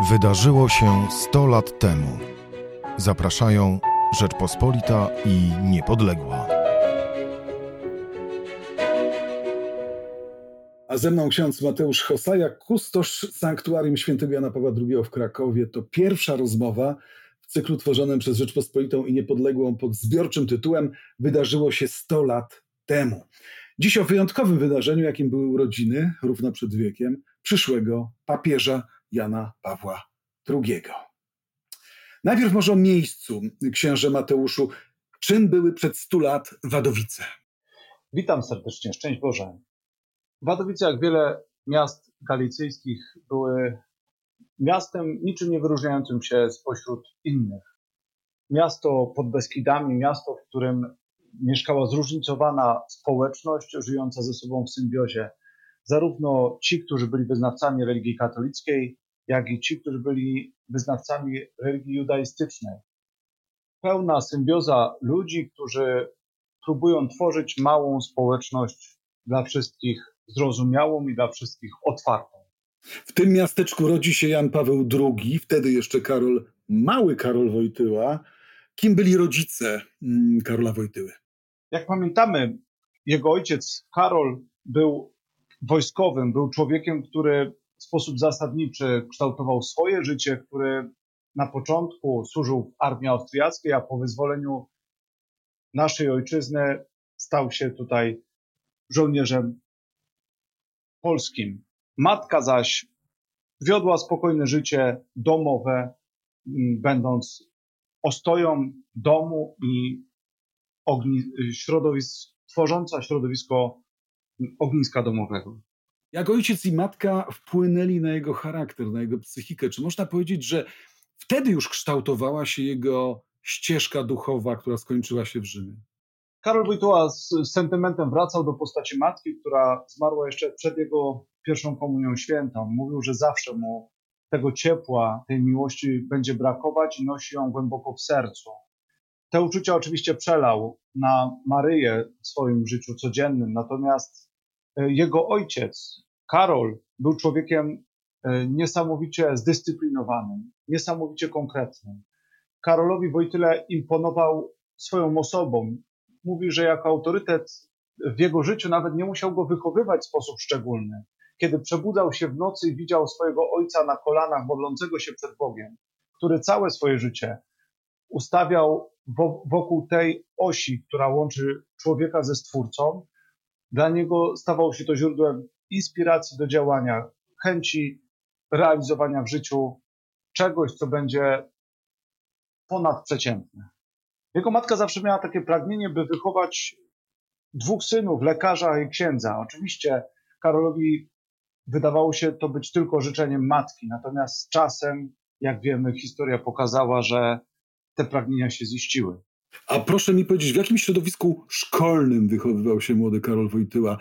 Wydarzyło się 100 lat temu. Zapraszają Rzeczpospolita i Niepodległa. A ze mną ksiądz Mateusz Hosajak, kustosz Sanktuarium Świętego Jana Pawła II w Krakowie. To pierwsza rozmowa w cyklu tworzonym przez Rzeczpospolitą i Niepodległą pod zbiorczym tytułem Wydarzyło się 100 lat temu. Dziś o wyjątkowym wydarzeniu, jakim były urodziny, równo przed wiekiem, przyszłego papieża Jana Pawła II. Najpierw może o miejscu, księże Mateuszu. Czym były przed 100 lat Wadowice? Witam serdecznie, szczęść Boże. Wadowice, jak wiele miast galicyjskich, były miastem niczym nie wyróżniającym się spośród innych. Miasto pod Beskidami, miasto, w którym mieszkała zróżnicowana społeczność, żyjąca ze sobą w symbiozie. Zarówno ci, którzy byli wyznawcami religii katolickiej, jak i ci, którzy byli wyznawcami religii judaistycznej. Pełna symbioza ludzi, którzy próbują tworzyć małą społeczność dla wszystkich zrozumiałą i dla wszystkich otwartą. W tym miasteczku rodzi się Jan Paweł II, wtedy jeszcze mały Karol Wojtyła. Kim byli rodzice Karola Wojtyły? Jak pamiętamy, jego ojciec Karol był wojskowym, był człowiekiem, który w sposób zasadniczy kształtował swoje życie, który na początku służył w armii austriackiej, a po wyzwoleniu naszej ojczyzny stał się tutaj żołnierzem polskim. Matka zaś wiodła spokojne życie domowe, będąc ostoją domu i tworząca środowisko ogniska domowego. Jak ojciec i matka wpłynęli na jego charakter, na jego psychikę? Czy można powiedzieć, że wtedy już kształtowała się jego ścieżka duchowa, która skończyła się w Rzymie? Karol Wojtyła z sentymentem wracał do postaci matki, która zmarła jeszcze przed jego pierwszą komunią świętą. Mówił, że zawsze mu tego ciepła, tej miłości będzie brakować i nosi ją głęboko w sercu. Te uczucia oczywiście przelał na Maryję w swoim życiu codziennym, natomiast jego ojciec, Karol, był człowiekiem niesamowicie zdyscyplinowanym, niesamowicie konkretnym. Karolowi Wojtyle imponował swoją osobą. Mówi, że jako autorytet w jego życiu nawet nie musiał go wychowywać w sposób szczególny. Kiedy przebudzał się w nocy i widział swojego ojca na kolanach, modlącego się przed Bogiem, który całe swoje życie ustawiał wokół tej osi, która łączy człowieka ze Stwórcą, dla niego stawało się to źródłem inspiracji do działania, chęci realizowania w życiu czegoś, co będzie ponadprzeciętne. Jego matka zawsze miała takie pragnienie, by wychować 2 synów, lekarza i księdza. Oczywiście Karolowi wydawało się to być tylko życzeniem matki, natomiast z czasem, jak wiemy, historia pokazała, że te pragnienia się ziściły. A proszę mi powiedzieć, w jakim środowisku szkolnym wychowywał się młody Karol Wojtyła?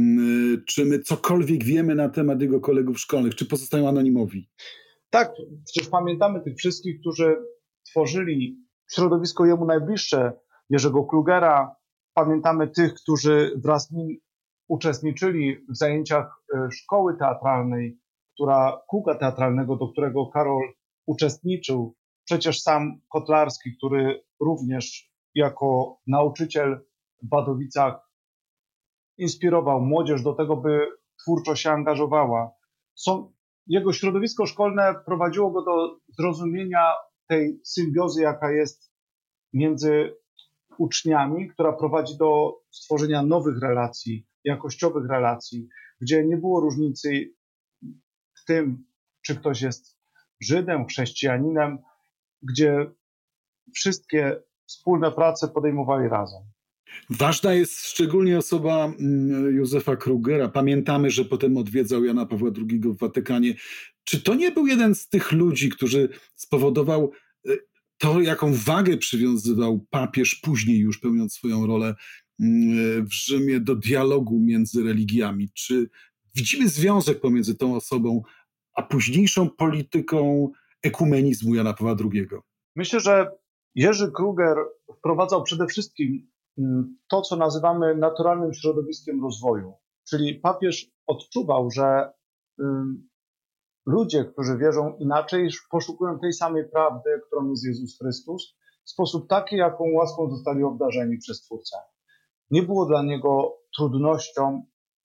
Czy my cokolwiek wiemy na temat jego kolegów szkolnych? Czy pozostają anonimowi? Tak, przecież pamiętamy tych wszystkich, którzy tworzyli środowisko jemu najbliższe, Jerzego Krugera. Pamiętamy tych, którzy wraz z nim uczestniczyli w zajęciach szkoły teatralnej, kółka teatralnego, do którego Karol uczestniczył. Przecież sam Kotlarski, który również jako nauczyciel w Wadowicach inspirował młodzież do tego, by twórczo się angażowała. Jego środowisko szkolne prowadziło go do zrozumienia tej symbiozy, jaka jest między uczniami, która prowadzi do stworzenia nowych relacji, jakościowych relacji, gdzie nie było różnicy w tym, czy ktoś jest Żydem, chrześcijaninem, gdzie wszystkie wspólne prace podejmowali razem. Ważna jest szczególnie osoba Józefa Krugera. Pamiętamy, że potem odwiedzał Jana Pawła II w Watykanie. Czy to nie był jeden z tych ludzi, który spowodował to, jaką wagę przywiązywał papież później już pełniąc swoją rolę w Rzymie do dialogu między religiami? Czy widzimy związek pomiędzy tą osobą a późniejszą polityką ekumenizmu Jana Pawła II? Myślę, że Jerzy Kruger wprowadzał przede wszystkim to, co nazywamy naturalnym środowiskiem rozwoju. Czyli papież odczuwał, że ludzie, którzy wierzą inaczej, poszukują tej samej prawdy, którą jest Jezus Chrystus, w sposób taki, jaką łaską zostali obdarzeni przez Twórcę. Nie było dla niego trudnością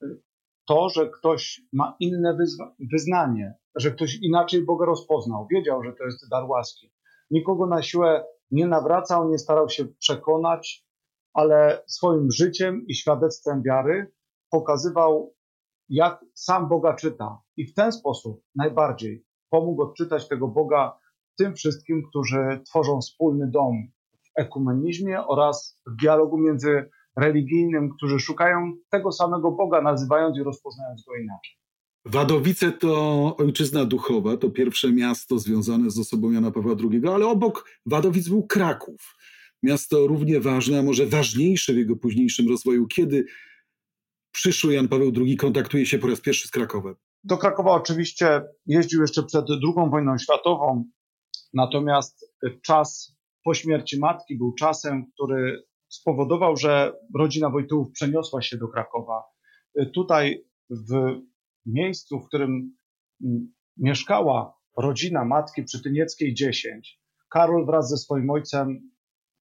to, że ktoś ma inne wyznanie, że ktoś inaczej Boga rozpoznał. Wiedział, że to jest dar łaski. Nikogo na siłę nie nawracał, nie starał się przekonać, ale swoim życiem i świadectwem wiary pokazywał, jak sam Boga czyta. I w ten sposób najbardziej pomógł odczytać tego Boga tym wszystkim, którzy tworzą wspólny dom w ekumenizmie oraz w dialogu międzyreligijnym, którzy szukają tego samego Boga, nazywając i rozpoznając go inaczej. Wadowice to ojczyzna duchowa, to pierwsze miasto związane z osobą Jana Pawła II, ale obok Wadowic był Kraków. Miasto równie ważne, a może ważniejsze w jego późniejszym rozwoju. Kiedy przyszły Jan Paweł II kontaktuje się po raz pierwszy z Krakowem? Do Krakowa oczywiście jeździł jeszcze przed II wojną światową, natomiast czas po śmierci matki był czasem, który spowodował, że rodzina Wojtyłów przeniosła się do Krakowa. Tutaj w miejscu, w którym mieszkała rodzina matki przy Tynieckiej 10, Karol wraz ze swoim ojcem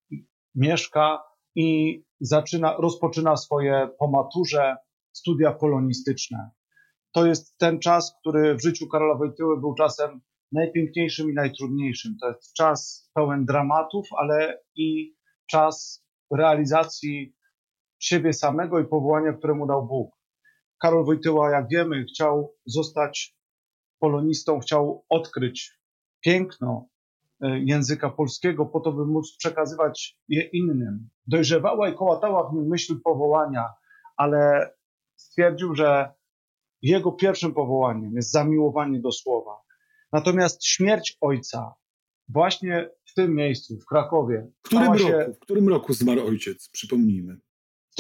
mieszka i rozpoczyna swoje po maturze studia polonistyczne. To jest ten czas, który w życiu Karola Wojtyły był czasem najpiękniejszym i najtrudniejszym. To jest czas pełen dramatów, ale i czas realizacji siebie samego i powołania, które mu dał Bóg. Karol Wojtyła, jak wiemy, chciał zostać polonistą, chciał odkryć piękno języka polskiego po to, by móc przekazywać je innym. Dojrzewała i kołatała w nim myśl powołania, ale stwierdził, że jego pierwszym powołaniem jest zamiłowanie do słowa. Natomiast śmierć ojca właśnie w tym miejscu, w Krakowie. W którym roku zmarł ojciec? Przypomnijmy. W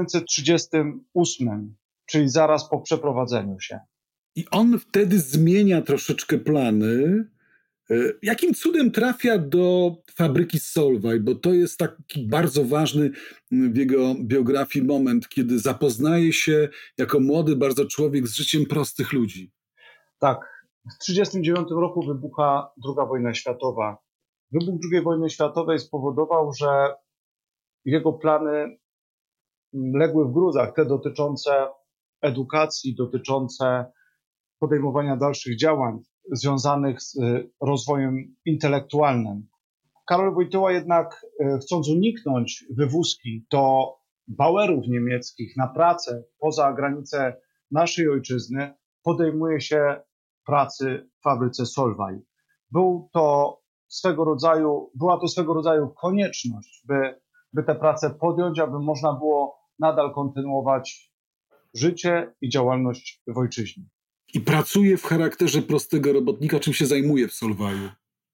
1938, czyli zaraz po przeprowadzeniu się. I on wtedy zmienia troszeczkę plany. Jakim cudem trafia do fabryki Solvay? Bo to jest taki bardzo ważny w jego biografii moment, kiedy zapoznaje się jako młody bardzo człowiek z życiem prostych ludzi. Tak. W 1939 roku wybucha II wojna światowa. Wybuch II wojny światowej spowodował, że jego plany legły w gruzach, te dotyczące edukacji, dotyczące podejmowania dalszych działań związanych z rozwojem intelektualnym. Karol Wojtyła jednak, chcąc uniknąć wywózki do Bauerów niemieckich na pracę poza granice naszej ojczyzny, podejmuje się pracy w fabryce Solvay. Była to swego rodzaju konieczność, by tę pracę podjąć, aby można było nadal kontynuować życie i działalność w ojczyźnie. I pracuje w charakterze prostego robotnika. Czym się zajmuje w Solvayu?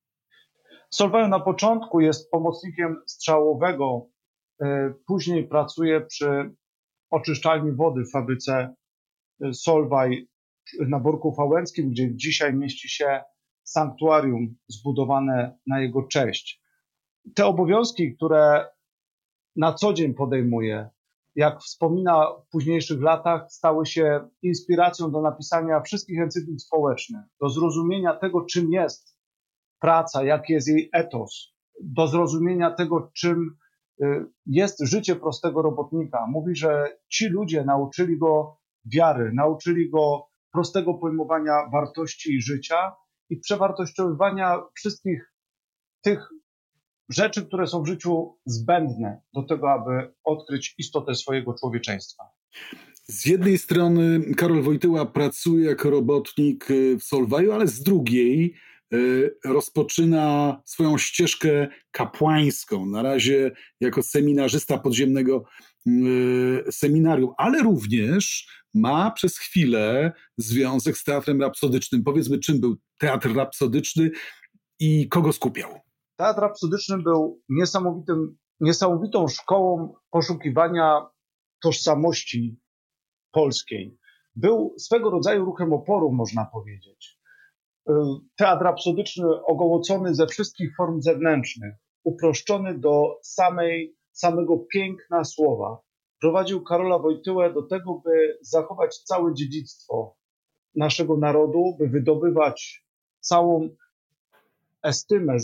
W Solvayu na początku jest pomocnikiem strzałowego, później pracuje przy oczyszczalni wody w fabryce Solvay na Borku Wałęskim, gdzie dzisiaj mieści się sanktuarium zbudowane na jego cześć. Te obowiązki, które na co dzień podejmuje, jak wspomina w późniejszych latach, stały się inspiracją do napisania wszystkich encyklik społecznych, do zrozumienia tego, czym jest praca, jaki jest jej etos, do zrozumienia tego, czym jest życie prostego robotnika. Mówi, że ci ludzie nauczyli go wiary, nauczyli go prostego pojmowania wartości życia i przewartościowywania wszystkich tych rzeczy, które są w życiu zbędne do tego, aby odkryć istotę swojego człowieczeństwa. Z jednej strony Karol Wojtyła pracuje jako robotnik w Solvayu, ale z drugiej rozpoczyna swoją ścieżkę kapłańską, na razie jako seminarzysta podziemnego seminarium, ale również ma przez chwilę związek z teatrem rapsodycznym. Powiedzmy, czym był teatr rapsodyczny i kogo skupiał? Teatr rapsodyczny był niesamowitą szkołą poszukiwania tożsamości polskiej. Był swego rodzaju ruchem oporu, można powiedzieć. Teatr rapsodyczny ogołocony ze wszystkich form zewnętrznych, uproszczony do samego piękna słowa, prowadził Karola Wojtyłę do tego, by zachować całe dziedzictwo naszego narodu, by wydobywać całą estymę,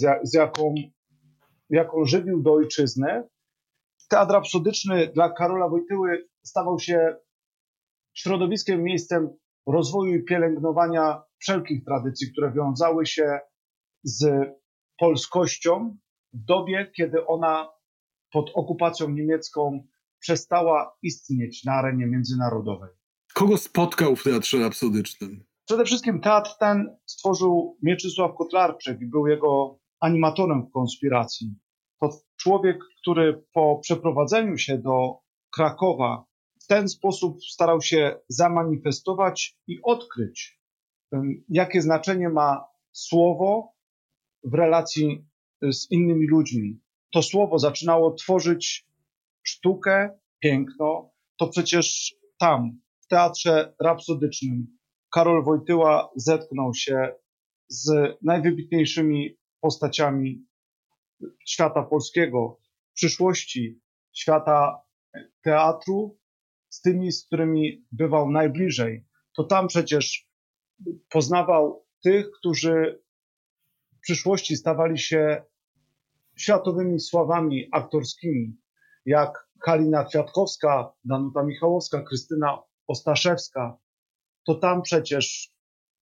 jaką żywił do ojczyzny. Teatr rapsodyczny dla Karola Wojtyły stawał się środowiskiem, miejscem rozwoju i pielęgnowania wszelkich tradycji, które wiązały się z polskością w dobie, kiedy ona pod okupacją niemiecką przestała istnieć na arenie międzynarodowej. Kogo spotkał w Teatrze Rapsodycznym? Przede wszystkim teatr ten stworzył Mieczysław Kotlarczyk i był jego animatorem w konspiracji. To człowiek, który po przeprowadzeniu się do Krakowa w ten sposób starał się zamanifestować i odkryć, jakie znaczenie ma słowo w relacji z innymi ludźmi. To słowo zaczynało tworzyć sztukę, piękno. To przecież tam, w Teatrze Rapsodycznym, Karol Wojtyła zetknął się z najwybitniejszymi postaciami świata polskiego, przyszłości świata teatru, z tymi, z którymi bywał najbliżej. To tam przecież poznawał tych, którzy w przyszłości stawali się światowymi sławami aktorskimi, jak Halina Kwiatkowska, Danuta Michałowska, Krystyna Ostaszewska. To tam przecież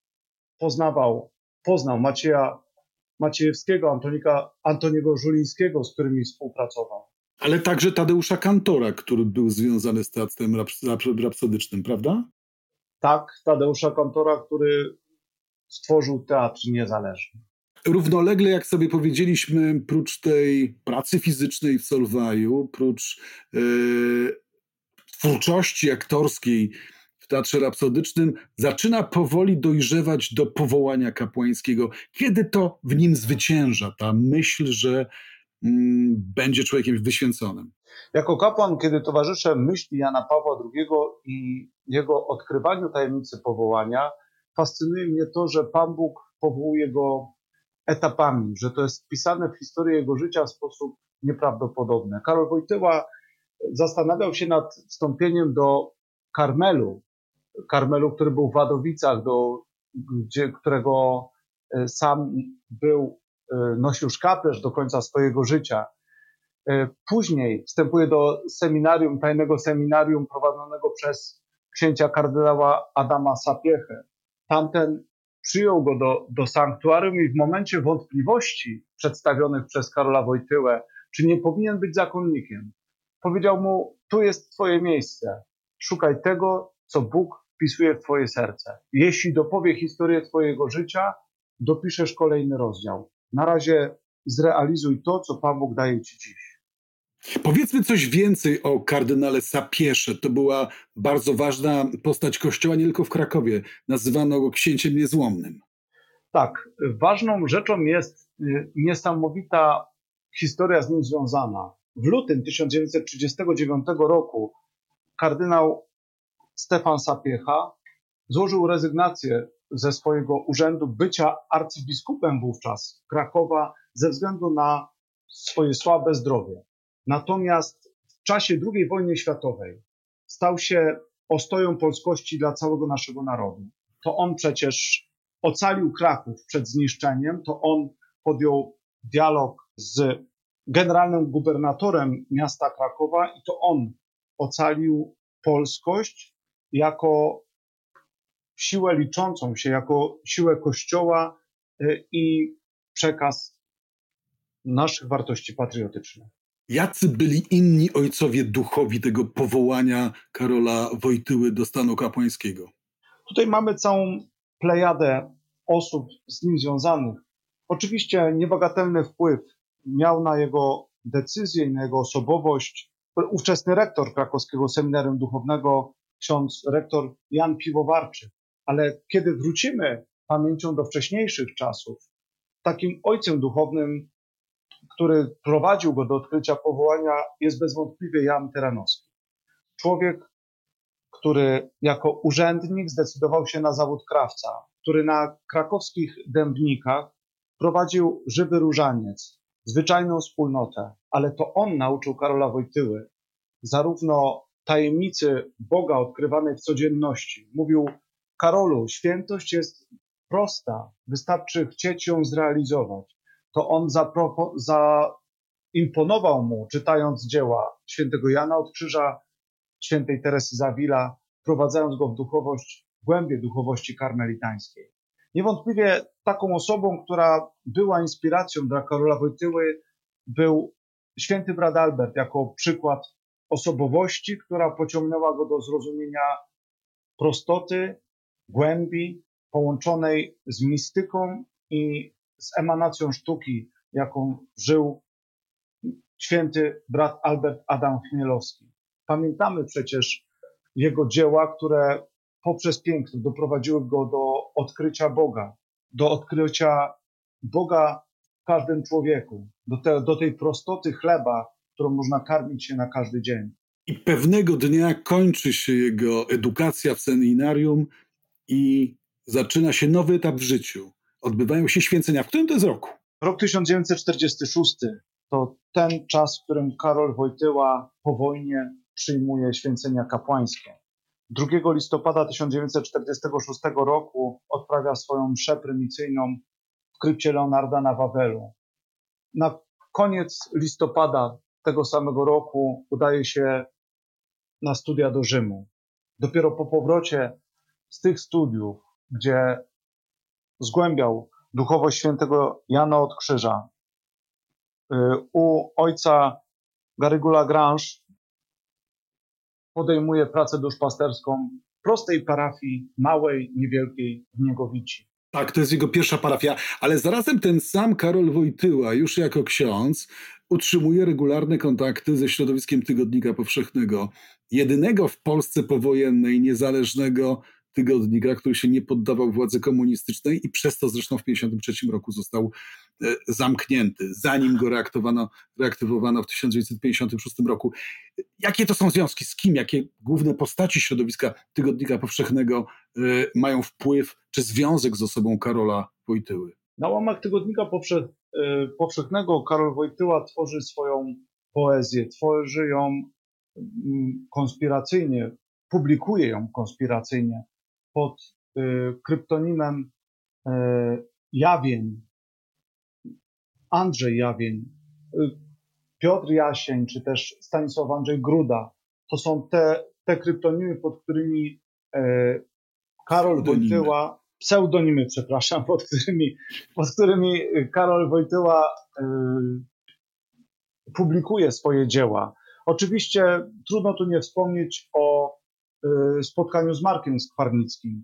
poznał Macieja Maciejewskiego, Antoniego Żulińskiego, z którymi współpracował. Ale także Tadeusza Kantora, który był związany z Teatrem Rapsodycznym, prawda? Tak, Tadeusza Kantora, który stworzył Teatr Niezależny. Równolegle, jak sobie powiedzieliśmy, prócz tej pracy fizycznej w Solwaju, prócz twórczości aktorskiej w Teatrze Rapsodycznym, zaczyna powoli dojrzewać do powołania kapłańskiego. Kiedy to w nim zwycięża ta myśl, że będzie człowiekiem wyświęconym? Jako kapłan, kiedy towarzyszę myśli Jana Pawła II i jego odkrywaniu tajemnicy powołania, fascynuje mnie to, że Pan Bóg powołuje go etapami, że to jest wpisane w historię jego życia w sposób nieprawdopodobny. Karol Wojtyła zastanawiał się nad wstąpieniem do Karmelu, który był w Wadowicach, którego sam nosił szkaplerz do końca swojego życia. Później wstępuje do seminarium, tajnego seminarium prowadzonego przez księcia kardynała Adama Sapiehę. Tamten przyjął go do sanktuarium i w momencie wątpliwości przedstawionych przez Karola Wojtyłę, czy nie powinien być zakonnikiem, powiedział mu: tu jest twoje miejsce, szukaj tego, co Bóg wpisuje w twoje serce. Jeśli dopowie historię twojego życia, dopiszesz kolejny rozdział. Na razie zrealizuj to, co Pan Bóg daje ci dziś. Powiedzmy coś więcej o kardynale Sapiesze. To była bardzo ważna postać Kościoła nie tylko w Krakowie. Nazywano go księciem niezłomnym. Tak, ważną rzeczą jest niesamowita historia z nim związana. W lutym 1939 roku kardynał Stefan Sapieha złożył rezygnację ze swojego urzędu bycia arcybiskupem wówczas Krakowa ze względu na swoje słabe zdrowie. Natomiast w czasie II wojny światowej stał się ostoją polskości dla całego naszego narodu. To on przecież ocalił Kraków przed zniszczeniem, to on podjął dialog z generalnym gubernatorem miasta Krakowa i to on ocalił polskość jako siłę liczącą się, jako siłę Kościoła i przekaz naszych wartości patriotycznych. Jacy byli inni ojcowie duchowi tego powołania Karola Wojtyły do stanu kapłańskiego? Tutaj mamy całą plejadę osób z nim związanych. Oczywiście niebagatelny wpływ miał na jego decyzje i na jego osobowość ówczesny rektor krakowskiego seminarium duchownego, ksiądz rektor Jan Piwowarczyk. Ale kiedy wrócimy pamięcią do wcześniejszych czasów, takim ojcem duchownym, który prowadził go do odkrycia powołania, jest bezwątpliwie Jan Terenowski. Człowiek, który jako urzędnik zdecydował się na zawód krawca, który na krakowskich Dębnikach prowadził żywy różaniec, zwyczajną wspólnotę, ale to on nauczył Karola Wojtyły zarówno tajemnicy Boga odkrywanej w codzienności. Mówił: Karolu, świętość jest prosta, wystarczy chcieć ją zrealizować. To on zaimponował mu, czytając dzieła świętego Jana od Krzyża, świętej Teresy z Avila, wprowadzając go w duchowość, głębię duchowości karmelitańskiej. Niewątpliwie taką osobą, która była inspiracją dla Karola Wojtyły, był święty brat Albert jako przykład osobowości, która pociągnęła go do zrozumienia prostoty, głębi, połączonej z mistyką i z emanacją sztuki, jaką żył święty brat Albert Adam Chmielowski. Pamiętamy przecież jego dzieła, które poprzez piękno doprowadziły go do odkrycia Boga w każdym człowieku, do tej prostoty chleba, którą można karmić się na każdy dzień. I pewnego dnia kończy się jego edukacja w seminarium i zaczyna się nowy etap w życiu. Odbywają się święcenia. W którym to jest roku? Rok 1946 to ten czas, w którym Karol Wojtyła po wojnie przyjmuje święcenia kapłańskie. 2 listopada 1946 roku odprawia swoją mszę prymicyjną w krypcie Leonarda na Wawelu. Na koniec listopada tego samego roku udaje się na studia do Rzymu. Dopiero po powrocie z tych studiów, gdzie zgłębiał duchowość świętego Jana od Krzyża, u ojca Garrigou Lagrange podejmuje pracę duszpasterską w prostej parafii, małej, niewielkiej w Niegowici. Tak, to jest jego pierwsza parafia, ale zarazem ten sam Karol Wojtyła, już jako ksiądz, utrzymuje regularne kontakty ze środowiskiem Tygodnika Powszechnego, jedynego w Polsce powojennej, niezależnego tygodnika, który się nie poddawał władzy komunistycznej i przez to zresztą w 1953 roku został zamknięty, zanim go reaktywowano w 1956 roku. Jakie to są związki? Z kim? Jakie główne postaci środowiska Tygodnika Powszechnego mają wpływ czy związek z osobą Karola Wojtyły? Na łamach Tygodnika Powszechnego Karol Wojtyła tworzy swoją poezję, tworzy ją konspiracyjnie, publikuje ją konspiracyjnie pod kryptonimem Jawień, Andrzej Jawień, Piotr Jasień, czy też Stanisław Andrzej Gruda. To są te kryptonimy, pod którymi Karol Wojtyła, pseudonimy, przepraszam, pod którymi Karol Wojtyła publikuje swoje dzieła. Oczywiście trudno tu nie wspomnieć o spotkaniu z Markiem Skwarnickim,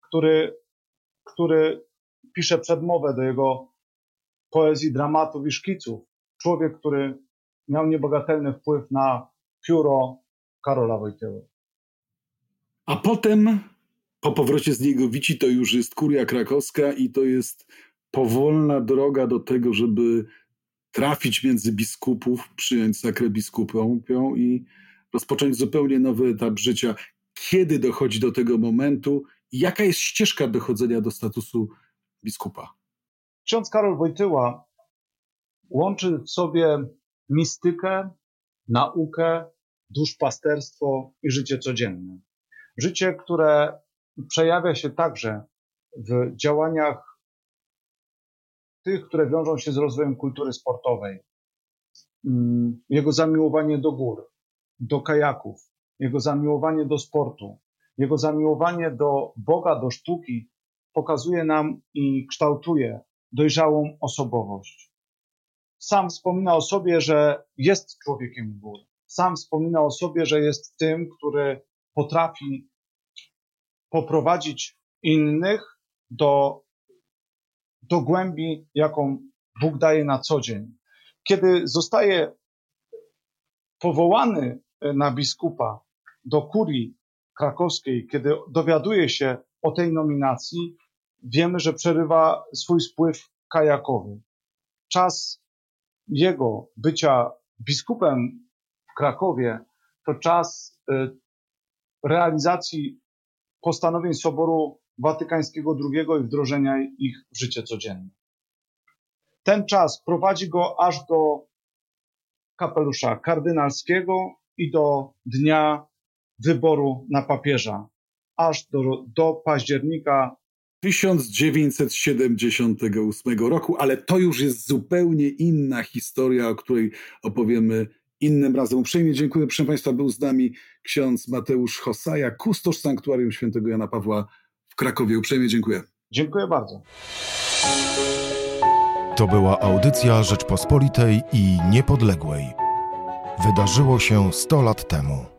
który pisze przedmowę do jego poezji, dramatów i szkiców. Człowiek, który miał niebagatelny wpływ na pióro Karola Wojtyły. A potem, po powrocie z Niegowici, to już jest kuria krakowska i to jest powolna droga do tego, żeby trafić między biskupów, przyjąć sakrę biskupią i rozpocząć zupełnie nowy etap życia. Kiedy dochodzi do tego momentu i jaka jest ścieżka dochodzenia do statusu biskupa? Ksiądz Karol Wojtyła łączy w sobie mistykę, naukę, duszpasterstwo i życie codzienne. Życie, które przejawia się także w działaniach tych, które wiążą się z rozwojem kultury sportowej. Jego zamiłowanie do gór, do kajaków, jego zamiłowanie do sportu, jego zamiłowanie do Boga, do sztuki pokazuje nam i kształtuje dojrzałą osobowość. Sam wspomina o sobie, że jest człowiekiem gór. Sam wspomina o sobie, że jest tym, który potrafi poprowadzić innych do głębi, jaką Bóg daje na co dzień. Kiedy zostaje powołany na biskupa do kurii krakowskiej, kiedy dowiaduje się o tej nominacji, wiemy, że przerywa swój spływ kajakowy. Czas jego bycia biskupem w Krakowie to czas realizacji postanowień Soboru Watykańskiego II i wdrożenia ich w życie codzienne. Ten czas prowadzi go aż do kapelusza kardynalskiego i do dnia wyboru na papieża. aż do października 1978 roku, ale to już jest zupełnie inna historia, o której opowiemy innym razem. Uprzejmie dziękuję, proszę Państwa, był z nami ksiądz Mateusz Hosaja, kustosz Sanktuarium Świętego Jana Pawła w Krakowie. Uprzejmie dziękuję. Dziękuję bardzo. To była audycja Rzeczpospolitej i Niepodległej. Wydarzyło się 100 lat temu.